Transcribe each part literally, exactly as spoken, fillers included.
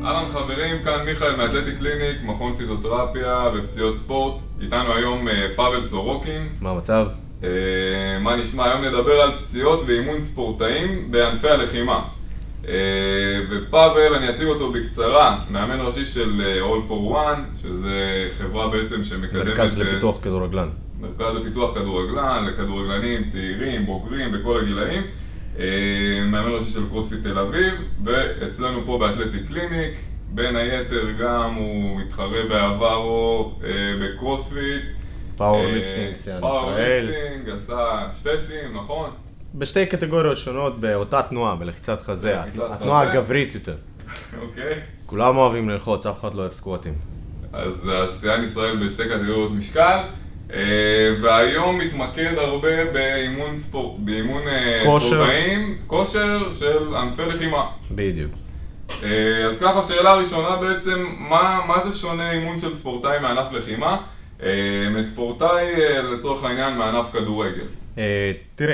אהלן חברים, כאן מיכאל מאתלטי קליניק, מכון פיזיותרפיה ופציעות ספורט. איתנו היום פאבל סורוקין. מה המצב? מה נשמע? היום נדבר על פציעות ואימון ספורטאים בענפי הלחימה. ופאבל, אני אציג אותו בקצרה, מאמן ראשי של All for One, שזה חברה בעצם שמקדמת... מרכז לפיתוח כדורגלן. מרכז לפיתוח כדורגלן, לכדורגלנים, צעירים, בוגרים, בכל הגילאים. מאמן ראשי של קרוספיט תל אביב, ואצלנו פה באתלטי קליניק, בין היתר גם הוא מתחרה בעברו בקרוספיט. פאורליפטינג, סיין ישראל. פאורליפטינג, עשה שתי סים, נכון? בשתי קטגוריות שונות באותה תנועה, בלחיצת חזה, התנועה הגברית יותר. אוקיי. כולם אוהבים ללחוץ, אף אחד לא אוהב סקווטים. אז סיין ישראל בשתי קטגוריות משקל. והיום מתמקד הרבה באימון ספורט, באימון ספורטאים, כושר של ענפי לחימה. בדיוק. אז ככה, שאלה ראשונה בעצם, מה, מה זה שונה אימון של ספורטאי מענף לחימה? מספורטאי לצורך העניין מענף כדורגל. תראה,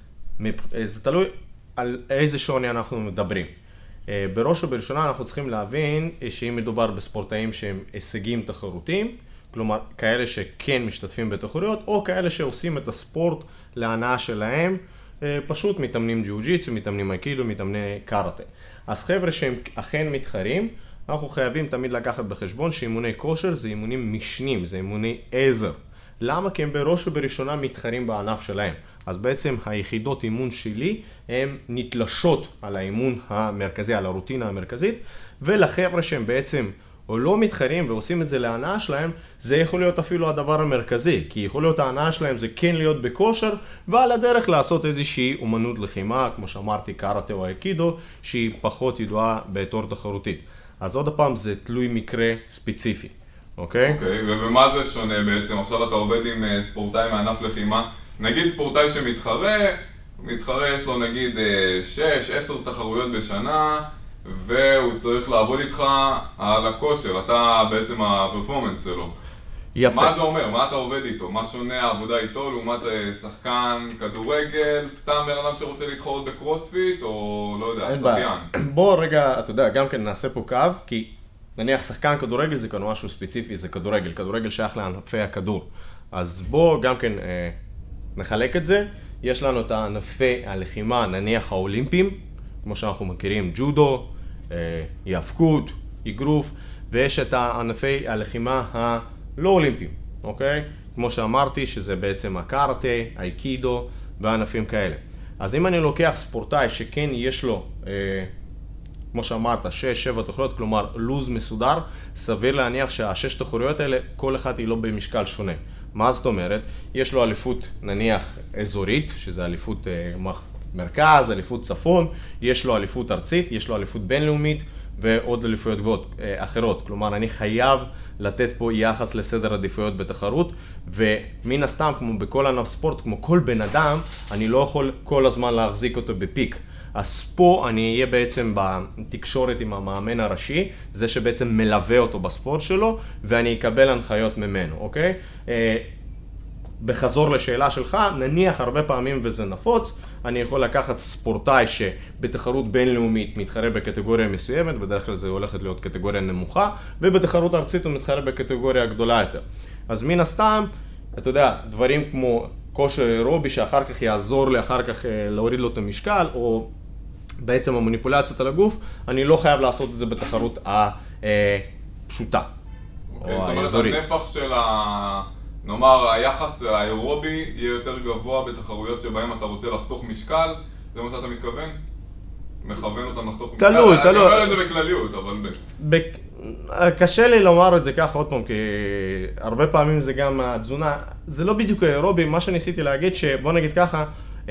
זה תלוי על איזה שוני אנחנו מדברים. בראש ובראשונה אנחנו צריכים להבין שאם מדובר בספורטאים שהם הישגים תחרותיים, כלומר, כאלה שכן משתתפים בתחרויות, או כאלה שעושים את הספורט להנאה שלהם, פשוט מתאמנים ג'יוג'יטסו, מתאמנים אייקידו, מתאמני קארטה. אז חבר'ה שהם אכן מתחרים, אנחנו חייבים תמיד לקחת בחשבון שאימוני כושר זה אימונים משנים, זה אימוני עזר. למה? כי הם בראש ובראשונה מתחרים בענף שלהם. אז בעצם היחידות אימון שלי הן נתלשות על האימון המרכזי, על הרוטינה המרכזית, ולחבר'ה שהם בעצם או לא מתחרים ועושים את זה להנאה שלהם, זה יכול להיות אפילו הדבר המרכזי, כי יכול להיות ההנאה שלהם זה כן להיות בכושר, ועל הדרך לעשות איזושהי אומנות לחימה, כמו שאמרתי, קארטה או אייקידו, שהיא פחות ידועה בתור תחרותית. אז עוד פעם, זה תלוי מקרה ספציפי, אוקיי? אוקיי, ובמה זה שונה בעצם? עכשיו אתה עובד עם ספורטאי מענף לחימה, נגיד ספורטאי שמתחרה, מתחרה יש לו נגיד שש עשר תחרויות בשנה, והוא צריך לעבוד איתך על הכושר, אתה בעצם הפרפורמנס שלו. יפה. מה זה אומר? מה אתה עובד איתו? מה שונה העבודה איתו לעומת שחקן כדורגל, סתם בן אדם שרוצה להתחרות בקרוספיט, או לא יודע, שחיין? בוא רגע, אתה יודע, גם כן נעשה פה קו, כי נניח שחקן כדורגל זה כאן משהו ספציפי, זה כדורגל, כדורגל שייך לענפי הכדור. אז בוא גם כן אה, נחלק את זה. יש לנו את הענפי הלחימה, נניח האולימפיים, כמו שאנחנו מכירים, ג'ודו, היאבקות, אגרוף, ויש את הענפי הלחימה הלא אולימפיים, אוקיי? כמו שאמרתי, שזה בעצם הקארטה, אייקידו וענפים כאלה. אז אם אני לוקח ספורטאי שכן יש לו, אה, כמו שאמרת, שש, שבע תחרויות, כלומר לוז מסודר, סביר להניח שהשש תחרויות האלה, כל אחד היא לא במשקל שונה. מה זאת אומרת? יש לו אליפות נניח אזורית, שזה אליפות אה, מרכז, אליפות צפון, יש לו אליפות ארצית, יש לו אליפות בינלאומית ועוד אליפויות גבוהות אחרות. כלומר, אני חייב לתת פה יחס לסדר עדיפויות בתחרות, ומן הסתם, כמו בכל ענף ספורט, כמו כל בן אדם, אני לא יכול כל הזמן להחזיק אותו בפיק. אז פה אני אהיה בעצם בתקשורת עם המאמן הראשי, זה שבעצם מלווה אותו בספורט שלו, ואני אקבל הנחיות ממנו, אוקיי? בחזור לשאלה שלך, נניח הרבה פעמים וזה נפוץ, אני יכול לקחת ספורטאי שבתחרות בינלאומית מתחרה בקטגוריה מסוימת, בדרך כלל זה הולכת להיות קטגוריה נמוכה, ובתחרות ארצית הוא מתחרה בקטגוריה גדולה יותר. אז מן הסתם, אתה יודע, דברים כמו כושר אירובי שאחר כך יעזור לי אחר כך להוריד לו את המשקל, או בעצם המניפולציות על הגוף, אני לא חייב לעשות את זה בתחרות הפשוטה. אוקיי, זאת אומרת, הנפח של ה... נאמר, היחס האירובי יהיה יותר גבוה בתחרויות שבהם אתה רוצה לחתוך משקל, זה מה שאתה מתכוון? מכוון אותם לחתוך משקל? תלוי, תלוי. אני אומר את זה בכלליות, אבל... ב... קשה לי לומר את זה ככה עוד פעם, כי הרבה פעמים זה גם התזונה, זה לא בדיוק האירובי, מה שניסיתי להגיד שבוא נגיד ככה,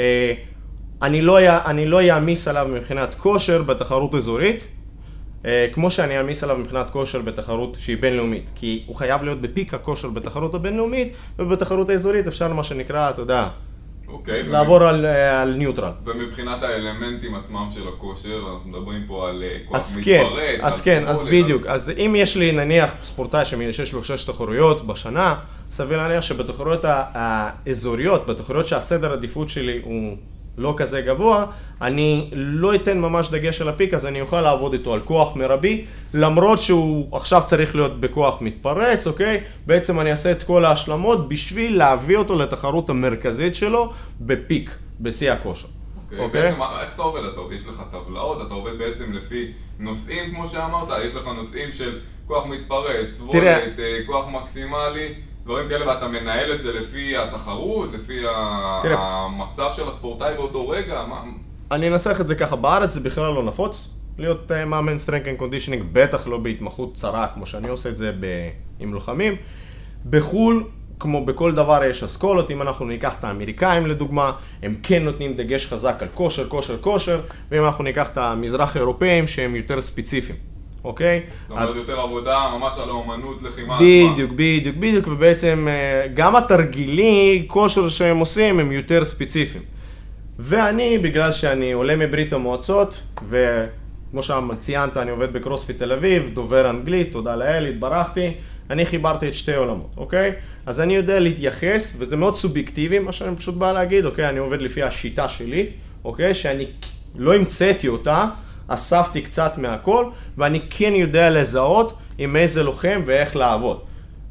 אני לא, אני לא יעמיס עליו מבחינת כושר בתחרות אזורית, כמו שאני אעמיס עליו מבחינת כושר בתחרות שהיא בינלאומית, כי הוא חייב להיות בפיק הכושר בתחרות הבינלאומית, ובתחרות האזורית אפשר מה שנקרא, אתה יודע, אוקיי, לעבור על, על ניוטרל. ומבחינת האלמנטים עצמם של הכושר, אנחנו מדברים פה על כוח מתפרץ, כן, אז כן, אז בדיוק. אז אם יש לי נניח ספורטאי שיש לו שש תחרויות בשנה, סביר להניח שבתחרויות האזוריות, בתחרויות שהסדר עדיפות שלי הוא לא כזה גבוה, אני לא אתן ממש דגש על הפיק, אז אני אוכל לעבוד איתו על כוח מרבי, למרות שהוא עכשיו צריך להיות בכוח מתפרץ, אוקיי? בעצם אני אעשה את כל ההשלמות בשביל להביא אותו לתחרות המרכזית שלו בפיק, בשיא הכושר. אוקיי, okay. בעצם איך אתה עובד? אתה, יש לך טבלאות, אתה עובד בעצם לפי נושאים, כמו שאמרת, יש לך נושאים של כוח מתפרץ, וולט, כוח מקסימלי, דברים כאלה, ואתה מנהל את זה לפי התחרות, לפי תראה. המצב של הספורטאי באותו רגע, מה... אני אנסח את זה ככה, בארץ זה בכלל לא נפוץ, להיות uh, מאמן סטרנג' אנד קונדישנינג, בטח לא בהתמחות צרה, כמו שאני עושה את זה ב... עם לוחמים. בחול, כמו בכל דבר יש אסכולות, אם אנחנו ניקח את האמריקאים לדוגמה, הם כן נותנים דגש חזק על כושר, כושר, כושר, ואם אנחנו ניקח את המזרח האירופאים שהם יותר ספציפיים, אוקיי? זאת אומרת, אז... יותר עבודה ממש על האומנות לחימה עצמה. בדיוק, בדיוק, בדיוק, ובעצם גם התרגילי כושר שהם עושים הם יותר ספציפיים. ואני, בגלל שאני עולה מברית המועצות, וכמו שציינת, אני עובד בקרוספיט תל אביב, דובר אנגלית, תודה לאל, התברכתי, אני חיברתי את שתי עולמות, אוקיי? אז אני יודע להתייחס, וזה מאוד סובייקטיבי, מה שאני פשוט בא להגיד, אוקיי? אני עובד לפי השיטה שלי, אוקיי? שאני לא המצאתי אותה, אספתי קצת מהכל, ואני כן יודע לזהות עם איזה לוחם ואיך לעבוד.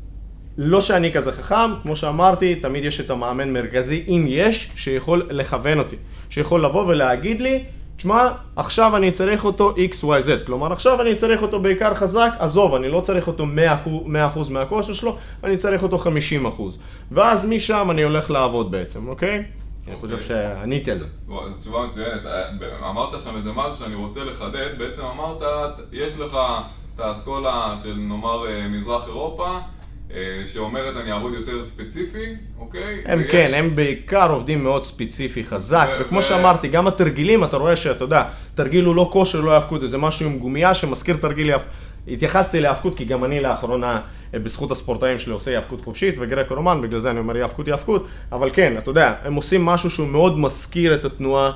לא שאני כזה חכם, כמו שאמרתי, תמיד יש את המאמן מרכזי, אם יש, שיכול לכוון אותי, שיכול לבוא ולהגיד לי, תשמע, עכשיו אני צריך אותו אקס וואי זד, כלומר עכשיו אני צריך אותו בעיקר חזק, עזוב, אני לא צריך אותו מאה אחוז מהכושר שלו, אני צריך אותו חמישים אחוז. ואז משם אני הולך לעבוד בעצם, אוקיי? אני חושב שעניתי על זה. תשובה מצוינת, אמרת שם איזה משהו שאני רוצה לחדד, בעצם אמרת, יש לך את האסכולה של נאמר מזרח אירופה, שאומרת אני אעבוד יותר ספציפי, אוקיי? הם ויש... כן, הם בעיקר עובדים מאוד ספציפי, חזק, ו- וכמו ו- שאמרתי, גם התרגילים, אתה רואה שאתה יודע, תרגיל הוא לא כושר, לא יאבקות, זה משהו עם גומייה שמזכיר תרגיל יאבקות. התייחסתי ליאבקות, כי גם אני לאחרונה, בזכות הספורטאים שלי, עושה יאבקות חופשית וגרקו רומן, בגלל זה אני אומר יאבקות, יאבקות, אבל כן, אתה יודע, הם עושים משהו שהוא מאוד מזכיר את התנועה,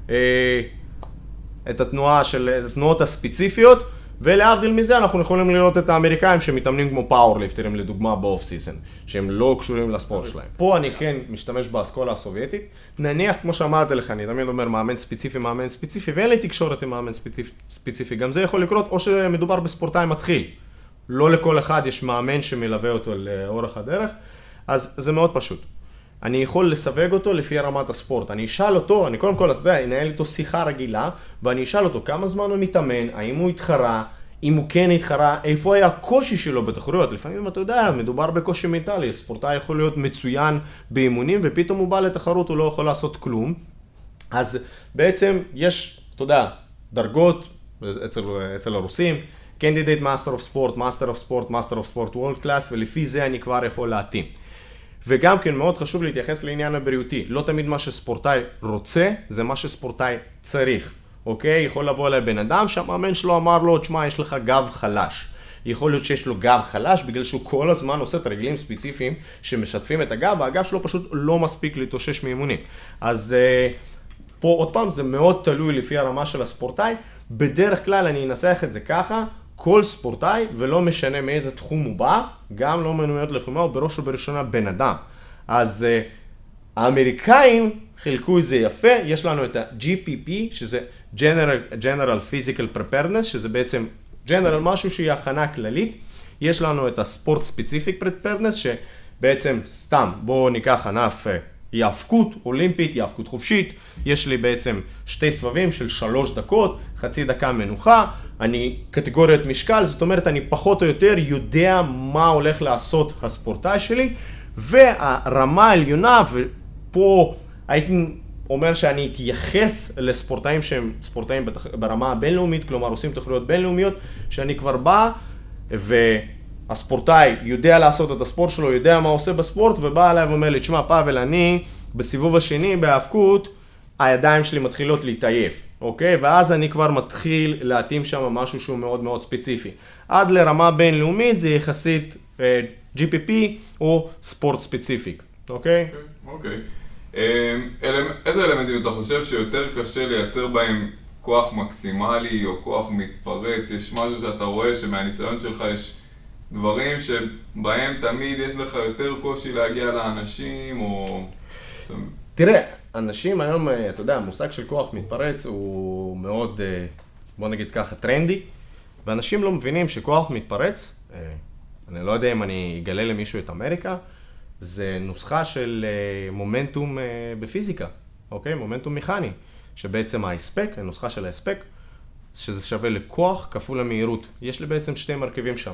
את התנועה של, את התנועות הספציפיות, ולהבדיל מזה אנחנו יכולים לראות את האמריקאים שמתאמנים כמו פאורליפטרים לדוגמה באוף סיזן, שהם לא קשורים לספורט שלהם. פה אני כן משתמש באסכולה הסובייטית, נניח כמו שאמרתי לך, אני תמיד אומר מאמן ספציפי, מאמן ספציפי, ואין לי תקשורת עם מאמן ספציפי, גם זה יכול לקרות או שמדובר בספורטאי מתחיל, לא לכל אחד יש מאמן שמלווה אותו לאורך הדרך, אז זה מאוד פשוט. אני יכול לסווג אותו לפי רמת הספורט. אני אשאל אותו, אני קודם כל, אתה יודע, אנהל איתו שיחה רגילה, ואני אשאל אותו כמה זמן הוא מתאמן, האם הוא התחרה, אם הוא כן התחרה, איפה היה הקושי שלו בתחרויות. לפעמים אתה יודע, מדובר בקושי מנטלי, ספורטאי יכול להיות מצוין באימונים, ופתאום הוא בא לתחרות, הוא לא יכול לעשות כלום. אז בעצם יש, אתה יודע, דרגות אצל, אצל הרוסים, Candidate Master of Sport, Master of Sport, Master of Sport, World Class, ולפי זה אני כבר יכול להתאים. וגם כן מאוד חשוב להתייחס לעניין הבריאותי. לא תמיד מה שספורטאי רוצה, זה מה שספורטאי צריך. אוקיי? יכול לבוא אליי בן אדם שהמאמן שלו אמר לו, תשמע, יש לך גב חלש. יכול להיות שיש לו גב חלש בגלל שהוא כל הזמן עושה תרגילים ספציפיים שמשתפים את הגב, והגב שלו פשוט לא מספיק להתאושש מאימונים. אז פה עוד פעם זה מאוד תלוי לפי הרמה של הספורטאי. בדרך כלל אני אנסח את זה ככה, כל ספורטאי, ולא משנה מאיזה תחום הוא בא, גם לא מנויות לחימה, הוא בראש ובראשונה בן אדם. אז uh, האמריקאים חילקו את זה יפה, יש לנו את ה-ג'י פי פי, שזה General, General Physical Preparedness, שזה בעצם General משהו שהיא הכנה כללית. יש לנו את ה-Sport Specific Preparedness, שבעצם סתם, בואו ניקח ענף יאבקות אולימפית, יאבקות חופשית. יש לי בעצם שתי סבבים של שלוש דקות, חצי דקה מנוחה. אני קטגוריית משקל, זאת אומרת אני פחות או יותר יודע מה הולך לעשות הספורטאי שלי, והרמה העליונה, ופה הייתי אומר שאני אתייחס לספורטאים שהם ספורטאים ברמה הבינלאומית, כלומר עושים תחרויות בינלאומיות, שאני כבר בא והספורטאי יודע לעשות את הספורט שלו, יודע מה עושה בספורט, ובא אליי ואומר לי, תשמע פאבל, אני בסיבוב השני בהאבקות, הידיים שלי מתחילות להתעייף, אוקיי? ואז אני כבר מתחיל להתאים שם משהו שהוא מאוד מאוד ספציפי. עד לרמה בינלאומית זה יחסית אה, ג'י פי פי או ספורט ספציפיק, אוקיי? אוקיי. איזה אלמנטים אתה חושב שיותר קשה לייצר בהם כוח מקסימלי או כוח מתפרץ? יש משהו שאתה רואה שמהניסיון שלך יש דברים שבהם תמיד יש לך יותר קושי להגיע לאנשים או... תראה, אנשים היום, אתה יודע, המושג של כוח מתפרץ הוא מאוד, בוא נגיד ככה, טרנדי, ואנשים לא מבינים שכוח מתפרץ, אני לא יודע אם אני אגלה למישהו את אמריקה, זה נוסחה של מומנטום בפיזיקה, אוקיי? מומנטום מכני, שבעצם ההספק, הנוסחה של ההספק, שזה שווה לכוח כפול המהירות. יש לי בעצם שתי מרכיבים שם.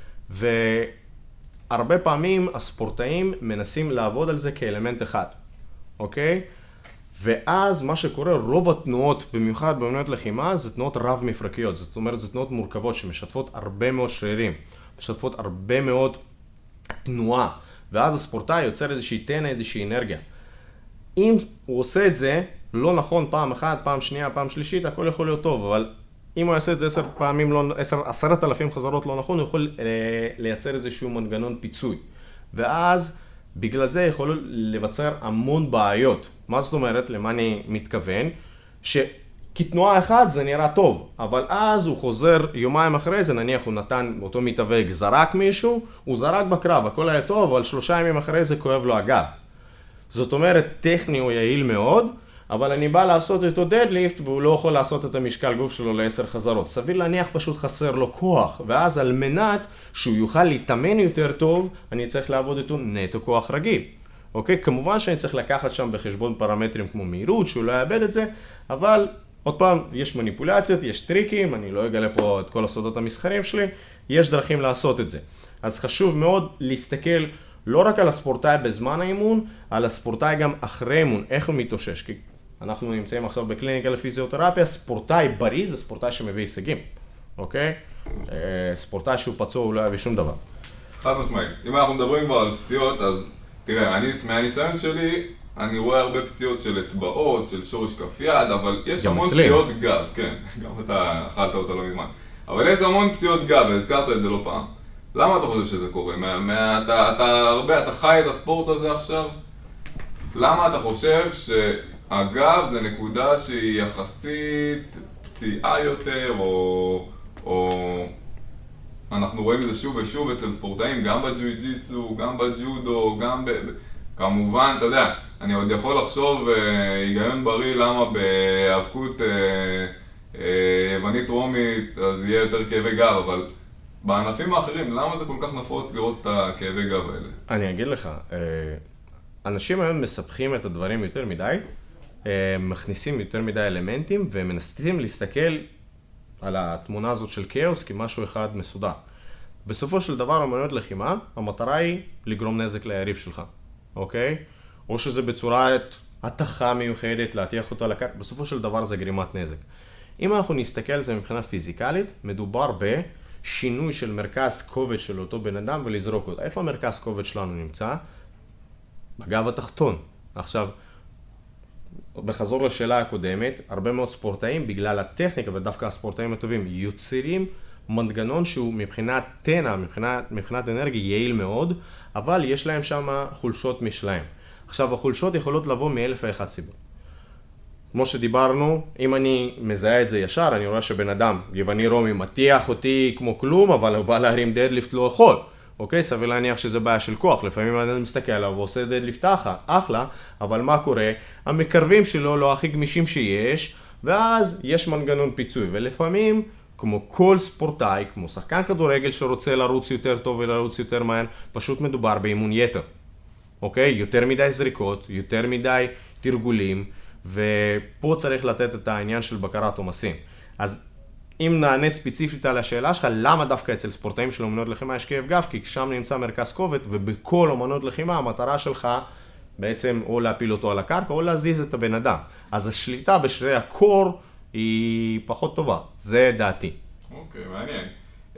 והרבה פעמים הספורטאים מנסים לעבוד על זה כאלמנט אחד, אוקיי? ואז מה שקורה, רוב התנועות, במיוחד באמנויות לחימה, זה תנועות רב-מפרקיות. זאת אומרת, זה תנועות מורכבות שמשתפות הרבה מאוד שרירים, משתפות הרבה מאוד תנועה. ואז הספורטאי יוצר איזושהי תנע, איזושהי אנרגיה. אם הוא עושה את זה, לא נכון פעם אחת, פעם שנייה, פעם שלישית, הכל יכול להיות טוב, אבל אם הוא יעשה את זה עשר פעמים, לא, עשר, עשרת אלפים חזרות לא נכון, הוא יכול אה, לייצר איזשהו מנגנון פיצוי. ואז, בגלל זה יכול לבצר המון בעיות. מה זאת אומרת? למה אני מתכוון? שכתנועה אחת זה נראה טוב, אבל אז הוא חוזר יומיים אחרי זה, נניח הוא נתן באותו מתאבק, זרק מישהו, הוא זרק בקרב, הכל היה טוב, אבל שלושה ימים אחרי זה כואב לו הגב. זאת אומרת, טכני הוא יעיל מאוד, אבל אני בא לעשות איתו דדליפט והוא לא יכול לעשות את המשקל גוף שלו לעשר חזרות. סביר להניח פשוט חסר לו כוח, ואז על מנת שהוא יוכל להתאמן יותר טוב, אני צריך לעבוד איתו נטו כוח רגיל. אוקיי? כמובן שאני צריך לקחת שם בחשבון פרמטרים כמו מהירות, שהוא לא יאבד את זה, אבל עוד פעם, יש מניפולציות, יש טריקים, אני לא אגלה פה את כל הסודות המסחרים שלי, יש דרכים לעשות את זה. אז חשוב מאוד להסתכל לא רק על הספורטאי בזמן האימון, על הספורטאי גם אחרי אימון, איך הוא מתאושש. כי אנחנו נמצאים עכשיו בקליניקה לפיזיותרפיה, ספורטאי בריא זה ספורטאי שמביא הישגים, אוקיי? ספורטאי שהוא פצוע הוא לא יביא שום דבר. חד משמעית. אם אנחנו מדברים כבר על פציעות, אז תראה, אני, מהניסיון שלי, אני רואה הרבה פציעות של אצבעות, של שורש כף יד, אבל יש המון אצלי. פציעות גב, כן, גם אתה אכלת אותה לא מזמן. אבל יש המון פציעות גב, והזכרת את זה לא פעם. למה אתה חושב שזה קורה? מה, מה, אתה, אתה הרבה, אתה חי את הספורט הזה עכשיו? למה אתה חושב שהגב זה נקודה שהיא יחסית פציעה יותר, או, או אנחנו רואים את זה שוב ושוב אצל ספורטאים, גם בג'יu-ג'יטסו, גם בג'ודו, גם ב... כמובן, אתה יודע, אני עוד יכול לחשוב אה, היגיון בריא למה בהאבקות אה, אה, יוונית רומית אז יהיה יותר כאבי גב, אבל בענפים האחרים, למה זה כל כך נפוץ לראות את הכאבי גב האלה? אני אגיד לך, אנשים היום מספחים את הדברים יותר מדי, מכניסים יותר מדי אלמנטים ומנסים להסתכל על התמונה הזאת של כאוס כמשהו אחד מסודר. בסופו של דבר, אמנויות לחימה, המטרה היא לגרום נזק ליריב שלך, אוקיי? או שזה בצורת התחה מיוחדת, להטיח אותה לקרקע, בסופו של דבר זה גרימת נזק. אם אנחנו נסתכל על זה מבחינה פיזיקלית, מדובר ב... שינוי של מרכז כובד של אותו בן אדם ולזרוק אותו. איפה המרכז כובד שלנו נמצא? בגב התחתון. עכשיו, בחזור לשאלה הקודמת, הרבה מאוד ספורטאים, בגלל הטכניקה ודווקא הספורטאים הטובים, יוצרים מנגנון שהוא מבחינת תנע, מבחינת, מבחינת אנרגיה יעיל מאוד, אבל יש להם שם חולשות משלהם. עכשיו, החולשות יכולות לבוא מאלף ואחת סיבות. כמו שדיברנו, אם אני מזהה את זה ישר, אני רואה שבן אדם, יווני רומי, מטיח אותי כמו כלום, אבל הוא בא להרים דדליפט לא יכול. אוקיי? סביר להניח שזה בעיה של כוח. לפעמים אני מסתכל עליו ועושה דדליפט אחלה, אבל מה קורה? המקרבים שלו לא הכי גמישים שיש, ואז יש מנגנון פיצוי. ולפעמים, כמו כל ספורטאי, כמו שחקן כדורגל שרוצה לרוץ יותר טוב ולרוץ יותר מהר, פשוט מדובר באימון יתר. אוקיי? יותר מדי זריקות, יותר מדי תרגולים, ופה צריך לתת את העניין של בקרת עומסים. אז אם נענה ספציפית על השאלה שלך, למה דווקא אצל ספורטאים של אומנויות לחימה יש כאב גב? כי שם נמצא מרכז כובד, ובכל אומנויות לחימה המטרה שלך בעצם או להפיל אותו על הקרקע או להזיז את הבן אדם. אז השליטה בשרירי הקור היא פחות טובה, זה דעתי. אוקיי, מעניין.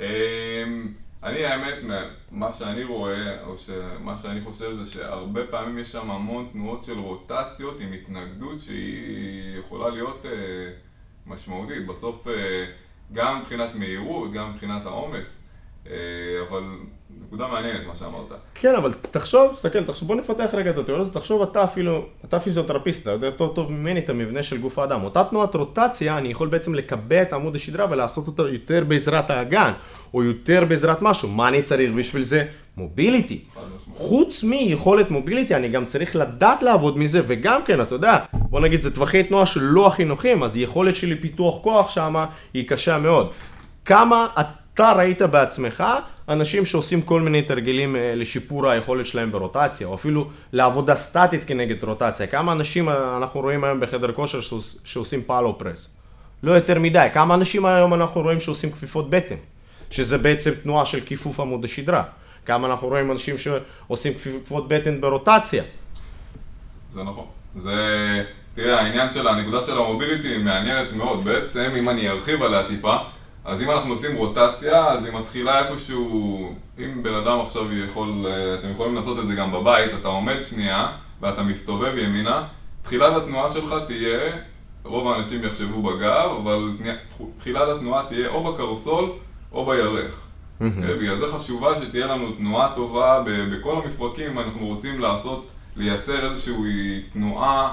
אני האמת, מה שאני רואה, או מה שאני חושב זה שהרבה פעמים יש שם המון תנועות של רוטציות עם התנגדות שהיא יכולה להיות משמעותית. בסוף גם מבחינת מהירות, גם מבחינת העומס, אבל נקודה מעניינת מה שאמרת. כן, אבל תחשוב, תסתכל, תחשוב, בוא נפתח רגע את התיאוריה הזאת, תחשוב אתה אפילו, אתה פיזיותרפיסט, אתה יודע טוב טוב ממני את המבנה של גוף האדם. אותה תנועת רוטציה, אני יכול בעצם לקבע את עמוד השדרה ולעשות אותה יותר בעזרת האגן, או יותר בעזרת משהו. מה אני צריך בשביל זה? מוביליטי. חוץ מיכולת מוביליטי, אני גם צריך לדעת לעבוד מזה, וגם כן, אתה יודע, בוא נגיד, זה טווחי תנועה שלא הכי נוחים, אז יכולת שלי פיתוח כוח שם היא קשה מאוד. כמה אתה ראית בעצמך אנשים שעושים כל מיני תרגילים לשיפור היכולת שלהם ברוטציה, או אפילו לעבודה סטטית כנגד רוטציה. כמה אנשים אנחנו רואים היום בחדר כושר שעושים פאלו פרס? לא יותר מדי. כמה אנשים היום אנחנו רואים שעושים כפיפות בטן, שזה בעצם תנועה של כיפוף עמוד השדרה. כמה אנחנו רואים אנשים שעושים כפיפות בטן ברוטציה. זה נכון. זה, תראה, העניין של הנקודה של המוביליטי מעניינת מאוד. בעצם, אם אני ארחיב עליה טיפה, אז אם אנחנו עושים רוטציה, אז היא מתחילה איפשהו, אם בן אדם עכשיו יכול, אתם יכולים לעשות את זה גם בבית, אתה עומד שנייה ואתה מסתובב ימינה, תחילת התנועה שלך תהיה, רוב האנשים יחשבו בגב, אבל תחילת התנועה תהיה או בקרסול או בירך. בגלל זה חשובה שתהיה לנו תנועה טובה בכל המפרקים, אנחנו רוצים לעשות, לייצר איזושהי תנועה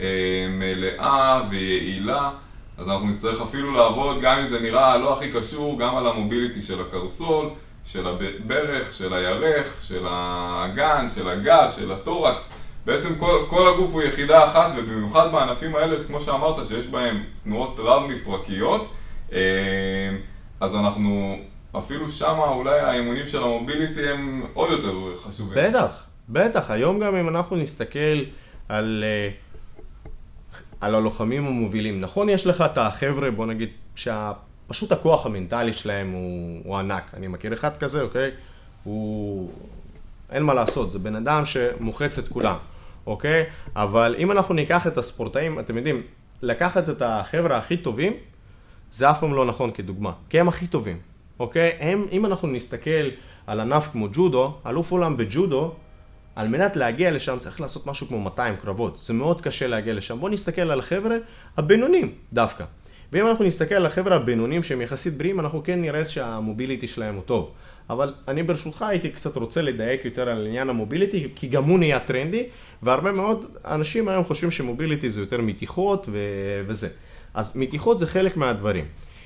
מלאה ויעילה. אז אנחנו נצטרך אפילו לעבוד, גם אם זה נראה לא הכי קשור, גם על המוביליטי של הקרסול, של הברך, של הירך, של הגן, של הגב, של הטורקס. בעצם כל, כל הגוף הוא יחידה אחת, ובמיוחד בענפים האלה, כמו שאמרת, שיש בהם תנועות רב-מפרקיות, אז אנחנו, אפילו שם אולי האימונים של המוביליטי הם עוד יותר חשובים. בטח, בטח. היום גם אם אנחנו נסתכל על... על הלוחמים המובילים. נכון, יש לך את החבר'ה, בוא נגיד, שפשוט הכוח המנטלי שלהם הוא, הוא ענק. אני מכיר אחד כזה, אוקיי? הוא... אין מה לעשות, זה בן אדם שמוחץ את כולם, אוקיי? אבל אם אנחנו ניקח את הספורטאים, אתם יודעים, לקחת את החבר'ה הכי טובים, זה אף פעם לא נכון כדוגמה, כי הם הכי טובים, אוקיי? הם, אם אנחנו נסתכל על ענף כמו ג'ודו, אלוף עולם בג'ודו, על מנת להגיע לשם צריך לעשות משהו כמו מאתיים קרבות. זה מאוד קשה להגיע לשם. בואו נסתכל על החבר'ה הבינונים דווקא. ואם אנחנו נסתכל על החבר'ה הבינונים שהם יחסית בריאים, אנחנו כן נראה שהמוביליטי שלהם הוא טוב. אבל אני ברשותך הייתי קצת רוצה לדייק יותר על עניין המוביליטי, כי גם הוא נהיה טרנדי, והרבה מאוד אנשים היום חושבים שמוביליטי זה יותר מתיחות ו- וזה. אז מתיחות זה חלק מהדברים.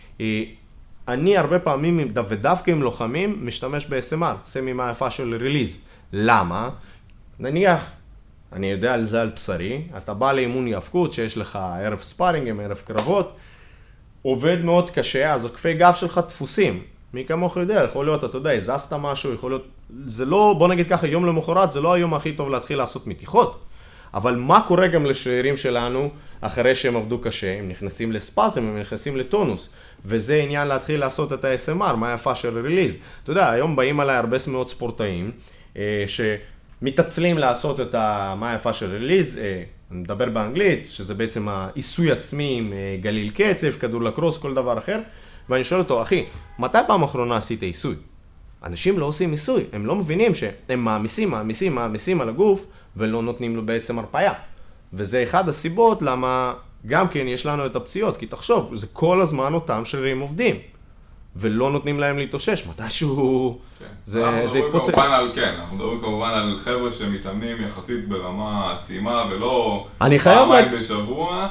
אני הרבה פעמים, ודווקא עם לוחמים, משתמש ב-אס אם אר, סמי מהיפה של ריליז. למה? נניח, אני יודע על זה על בשרי, אתה בא לאימון יאבקות שיש לך ערב ספארינג, ערב קרבות, עובד מאוד קשה, אז עוקפי גב שלך דפוסים. מי כמוך יודע, יכול להיות, אתה יודע, הזזת משהו, יכול להיות, זה לא, בוא נגיד ככה, יום למחרת, זה לא היום הכי טוב להתחיל לעשות מתיחות. אבל מה קורה גם לשרירים שלנו אחרי שהם עבדו קשה? הם נכנסים לספאזם, הם נכנסים לטונוס. וזה עניין להתחיל לעשות את ה-אס אם אר, מה היפה של ריליז. אתה יודע, היום באים עליי הרבה מאוד ספורטאים, ש... מתעצלים לעשות את מה היפה של ריליז, אני מדבר באנגלית, שזה בעצם העיסוי עצמי עם גליל קצב, כדור לקרוס, כל דבר אחר, ואני שואל אותו, אחי, מתי פעם אחרונה עשית עיסוי? אנשים לא עושים עיסוי, הם לא מבינים שהם מעמיסים, מעמיסים, מעמיסים על הגוף, ולא נותנים לו בעצם הרפאיה. וזה אחד הסיבות למה גם כן יש לנו את הפציעות, כי תחשוב, זה כל הזמן אותם שרירים עובדים. ולא נותנים להם להתאושש, מתישהו זה יתפוצץ. כן, אנחנו מדברים כמובן על חבר'ה שמתאמנים יחסית ברמה עצימה ולא פעמיים בשבוע.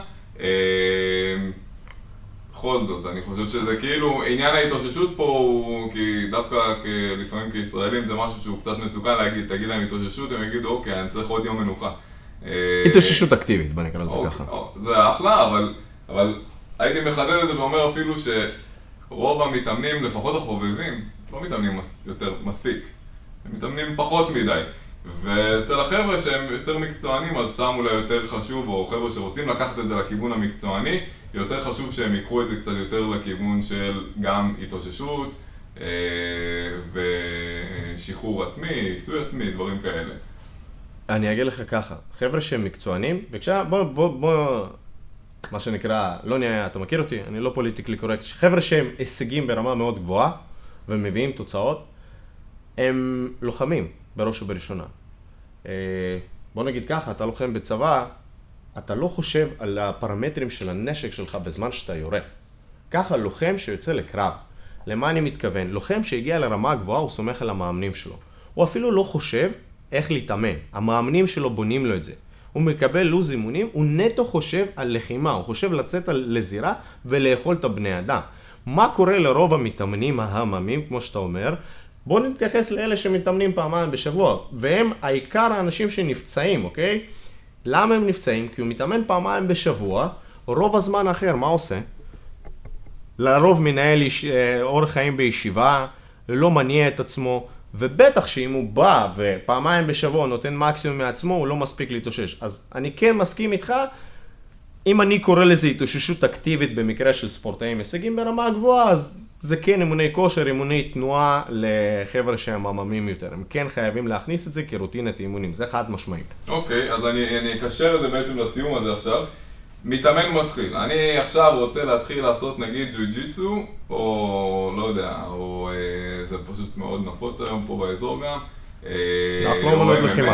בכל זאת, אני חושב שזה כאילו, עניין ההתאוששות פה הוא, כי דווקא לפעמים כישראלים זה משהו שהוא קצת מסוכן להגיד, תגיד להם התאוששות, הם יגידו, אוקיי, אני צריך עוד יום מנוחה. התאוששות אקטיבית, בוא נקרא לזה ככה. זה אחלה, אבל הייתי מחדד את זה ואומר אפילו ש... רוב המתאמנים, לפחות החובבים, לא מתאמנים יותר מספיק. הם מתאמנים פחות מדי. ואצל החבר'ה שהם יותר מקצוענים, אז שם אולי יותר חשוב, או חבר'ה שרוצים לקחת את זה לכיוון המקצועני, יותר חשוב שהם יקחו את זה קצת יותר לכיוון של גם התאוששות, ושחרור עצמי, עיסוי עצמי, דברים כאלה. אני אגיד לך ככה, חבר'ה שהם מקצוענים, וכשה, בוא, בוא, בוא... מה שנקרא, לא נהיה, אתה מכיר אותי? אני לא פוליטיקלי קורקט. חבר'ה שהם הישגים ברמה מאוד גבוהה, ומביאים תוצאות, הם לוחמים בראש ובראשונה. בוא נגיד ככה, אתה לוחם בצבא, אתה לא חושב על הפרמטרים של הנשק שלך בזמן שאתה יורה. ככה לוחם שיוצא לקרב. למה אני מתכוון? לוחם שהגיע לרמה גבוהה, הוא סומך על המאמנים שלו. הוא אפילו לא חושב איך להתאמן. המאמנים שלו בונים לו את זה. הוא מקבל לוז אימונים, הוא נטו חושב על לחימה, הוא חושב לצאת לזירה ולאכול את הבני אדם. מה קורה לרוב המתאמנים ההממים, כמו שאתה אומר? בואו נתייחס לאלה שמתאמנים פעמיים בשבוע, והם העיקר האנשים שנפצעים, אוקיי? למה הם נפצעים? כי הוא מתאמן פעמיים בשבוע, רוב הזמן האחר, מה עושה? לרוב מנהל אורח חיים בישיבה, לא מניע את עצמו, ובטח שאם הוא בא ופעמיים בשבוע נותן מקסימום מעצמו, הוא לא מספיק להתאושש. אז אני כן מסכים איתך, אם אני קורא לזה התאוששות אקטיבית במקרה של ספורטאים הישגים ברמה הגבוהה, אז זה כן אימוני כושר, אימוני תנועה לחבר'ה שהם עממים יותר. הם כן חייבים להכניס את זה כרוטינת אימונים, זה חד משמעית. אוקיי, אז אני, אני אקשר את זה בעצם לסיום הזה עכשיו. מתאמן מתחיל. אני עכשיו רוצה להתחיל לעשות נגיד ג'ו-ג'יצו, או לא יודע, או אה, זה פשוט מאוד נפוץ היום פה באזור גם. אנחנו לא אומנות לחימה.